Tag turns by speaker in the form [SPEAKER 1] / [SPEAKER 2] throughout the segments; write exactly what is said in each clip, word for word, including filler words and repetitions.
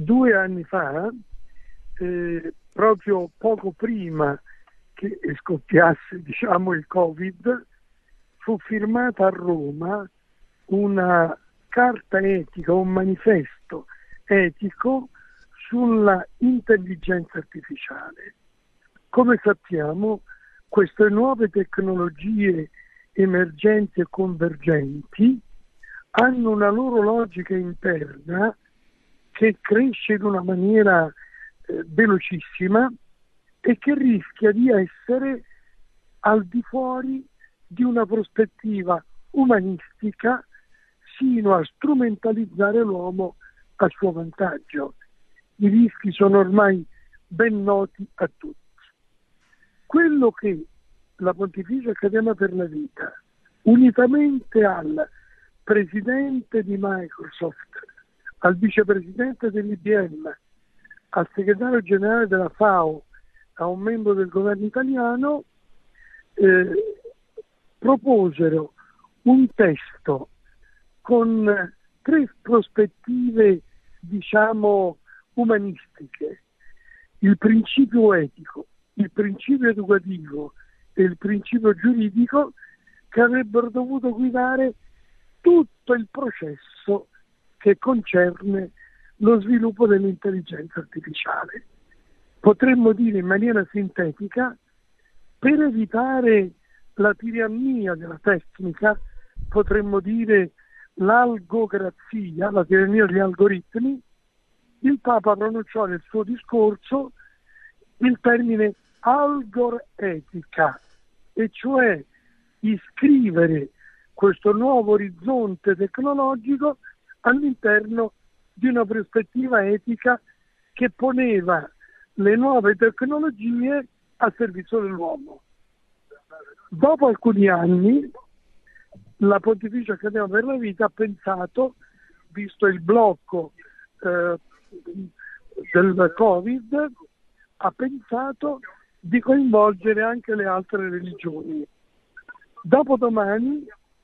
[SPEAKER 1] due anni fa, eh, proprio poco prima che scoppiasse, diciamo, il Covid, fu firmata a Roma una carta etica, un manifesto etico sulla intelligenza artificiale. Come sappiamo, queste nuove tecnologie emergenti e convergenti hanno una loro logica interna che cresce in una maniera eh, velocissima e che rischia di essere al di fuori di una prospettiva umanistica, sino a strumentalizzare l'uomo a suo vantaggio. I rischi sono ormai ben noti a tutti. Quello che la Pontificia Accademia per la Vita, unitamente al presidente di Microsoft, al vicepresidente dell'I B M, al segretario generale della FAO, a un membro del governo italiano, eh, proposero un testo con tre prospettive, diciamo, umanistiche: il principio etico, il principio educativo e il principio giuridico, che avrebbero dovuto guidare tutto il processo che concerne lo sviluppo dell'intelligenza artificiale. Potremmo dire in maniera sintetica, per evitare la tirannia della tecnica, potremmo dire l'algocrazia, la tirannia degli algoritmi, il Papa pronunciò nel suo discorso il termine algoretica, e cioè iscrivere questo nuovo orizzonte tecnologico all'interno di una prospettiva etica che poneva le nuove tecnologie a servizio dell'uomo. Dopo alcuni anni, la Pontificia Accademia per la Vita ha pensato, visto il blocco eh, del Covid, ha pensato di coinvolgere anche le altre religioni. Dopodomani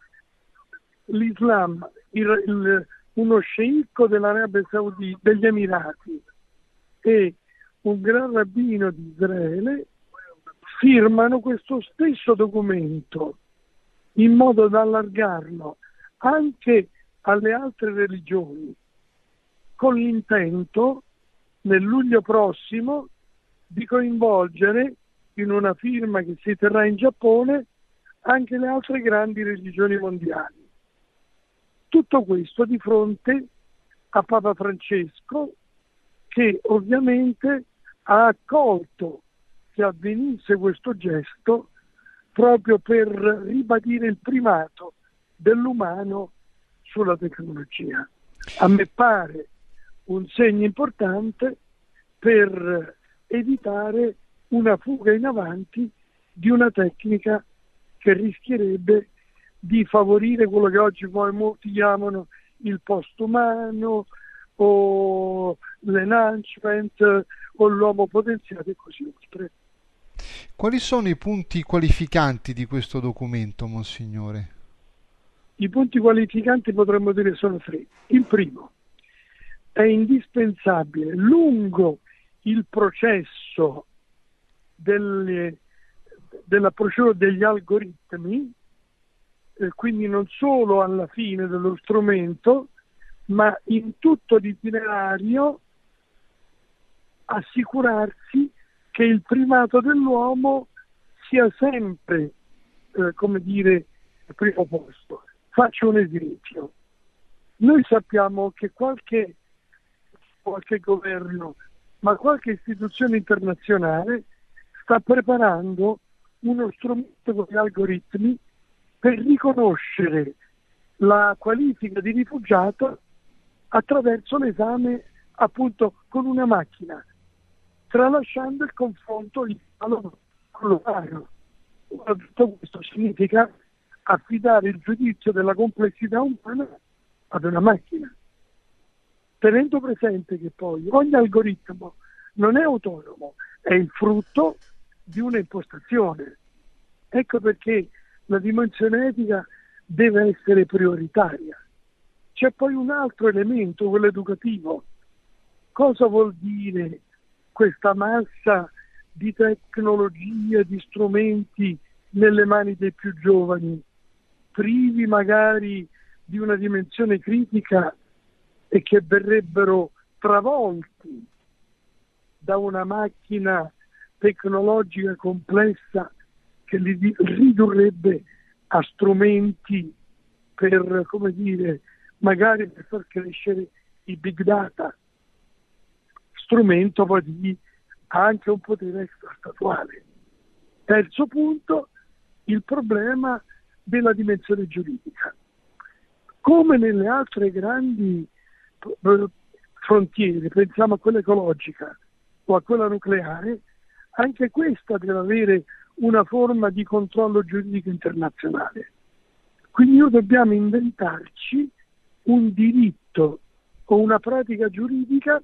[SPEAKER 1] l'Islam, il, il, uno sceicco dell'Arabia Saudita, degli Emirati e un gran rabbino di Israele firmano questo stesso documento in modo da allargarlo anche alle altre religioni, con l'intento nel luglio prossimo di coinvolgere in una firma che si terrà in Giappone anche le altre grandi religioni mondiali. Tutto questo di fronte a Papa Francesco, che ovviamente ha accolto che avvenisse questo gesto proprio per ribadire il primato dell'umano sulla tecnologia. A me pare un segno importante per evitare una fuga in avanti di una tecnica che rischierebbe di favorire quello che oggi poi molti chiamano il postumano o l'enhancement o l'uomo potenziato e così oltre.
[SPEAKER 2] Quali sono i punti qualificanti di questo documento, Monsignore?
[SPEAKER 1] I punti qualificanti potremmo dire sono tre. Il primo: è indispensabile, lungo il processo delle, della procedura degli algoritmi, eh, quindi non solo alla fine dello strumento, ma in tutto l'itinerario, assicurarsi che il primato dell'uomo sia sempre, eh, come dire, al primo posto. Faccio un esempio. Noi sappiamo che qualche, qualche governo, ma qualche istituzione internazionale sta preparando uno strumento con gli algoritmi per riconoscere la qualifica di rifugiato attraverso l'esame appunto con una macchina, tralasciando il confronto con l'umano. Tutto questo significa affidare il giudizio della complessità umana ad una macchina, tenendo presente che poi ogni algoritmo non è autonomo, è il frutto di una impostazione. Ecco perché la dimensione etica deve essere prioritaria. C'è poi un altro elemento, quello educativo. cosa vuol dire questa massa di tecnologie, di strumenti nelle mani dei più giovani, privi magari di una dimensione critica e che verrebbero travolti da una macchina tecnologica complessa che li ridurrebbe a strumenti per, come dire, magari per far crescere i big data, strumento poi di anche un potere extrastatuale. Terzo punto, il problema della dimensione giuridica. Come nelle altre grandi frontiere, pensiamo a quella ecologica o a quella nucleare, anche questa deve avere una forma di controllo giuridico internazionale. Quindi noi dobbiamo inventarci un diritto o una pratica giuridica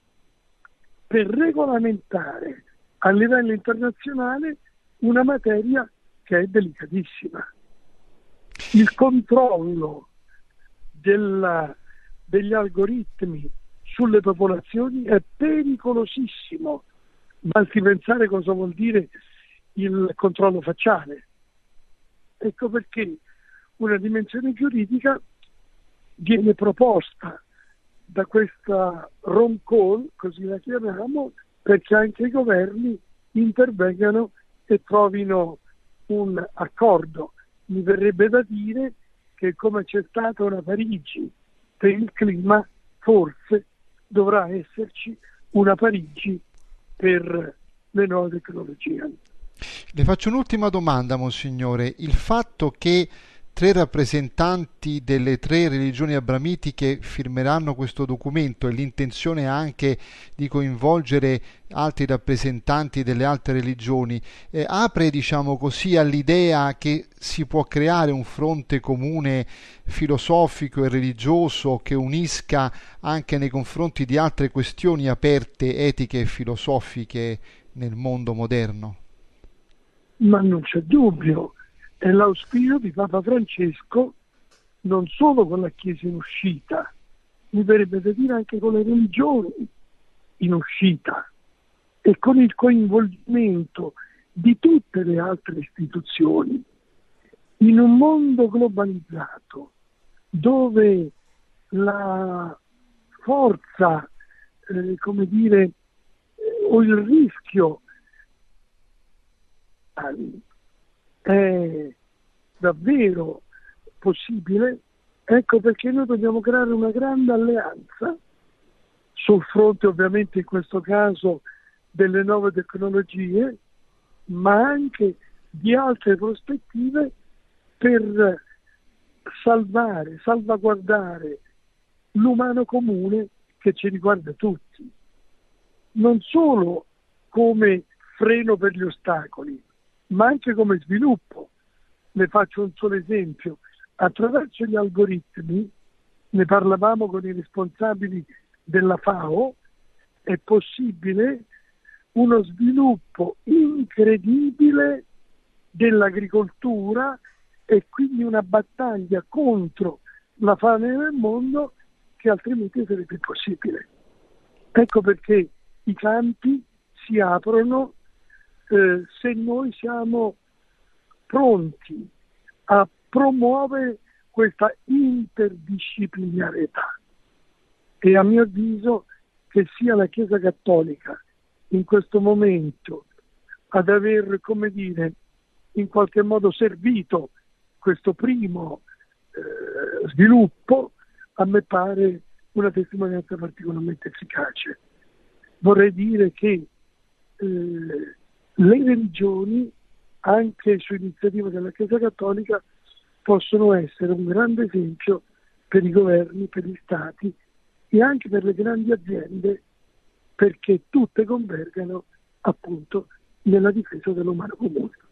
[SPEAKER 1] per regolamentare a livello internazionale una materia che è delicatissima. Il controllo della, degli algoritmi sulle popolazioni è pericolosissimo. Basti pensare cosa vuol dire il controllo facciale. Ecco perché una dimensione giuridica viene proposta da questa Rome Call, così la chiamiamo, perché anche i governi intervengano e trovino un accordo. Mi verrebbe da dire che come c'è stata una Parigi per il clima, forse dovrà esserci una Parigi per le nuove tecnologie.
[SPEAKER 2] Le faccio un'ultima domanda, Monsignore. Il fatto che tre rappresentanti delle tre religioni abramitiche firmeranno questo documento e l'intenzione anche di coinvolgere altri rappresentanti delle altre religioni eh, apre, diciamo così, all'idea che si può creare un fronte comune filosofico e religioso che unisca anche nei confronti di altre questioni aperte, etiche e filosofiche nel mondo moderno?
[SPEAKER 1] Ma non c'è dubbio. È l'auspicio di Papa Francesco non solo con la Chiesa in uscita, mi verrebbe da dire anche con le religioni in uscita e con il coinvolgimento di tutte le altre istituzioni. In un mondo globalizzato dove la forza, eh, come dire, eh, o il rischio è davvero possibile, ecco perché noi dobbiamo creare una grande alleanza sul fronte, ovviamente in questo caso delle nuove tecnologie, ma anche di altre prospettive per salvare, salvaguardare l'umano comune che ci riguarda tutti, non solo come freno per gli ostacoli, ma anche come sviluppo. Ne faccio un solo esempio. Attraverso gli algoritmi, ne parlavamo con i responsabili della FAO, è possibile uno sviluppo incredibile dell'agricoltura e quindi una battaglia contro la fame nel mondo che altrimenti sarebbe impossibile. Ecco perché i campi si aprono Eh, se noi siamo pronti a promuovere questa interdisciplinarietà. E a mio avviso che sia la Chiesa Cattolica in questo momento ad aver, come dire, in qualche modo servito questo primo eh, sviluppo, a me pare una testimonianza particolarmente efficace. Vorrei dire che eh, le religioni, anche su iniziativa della Chiesa Cattolica, possono essere un grande esempio per i governi, per gli stati e anche per le grandi aziende, perché tutte convergano appunto nella difesa dell'umano comune.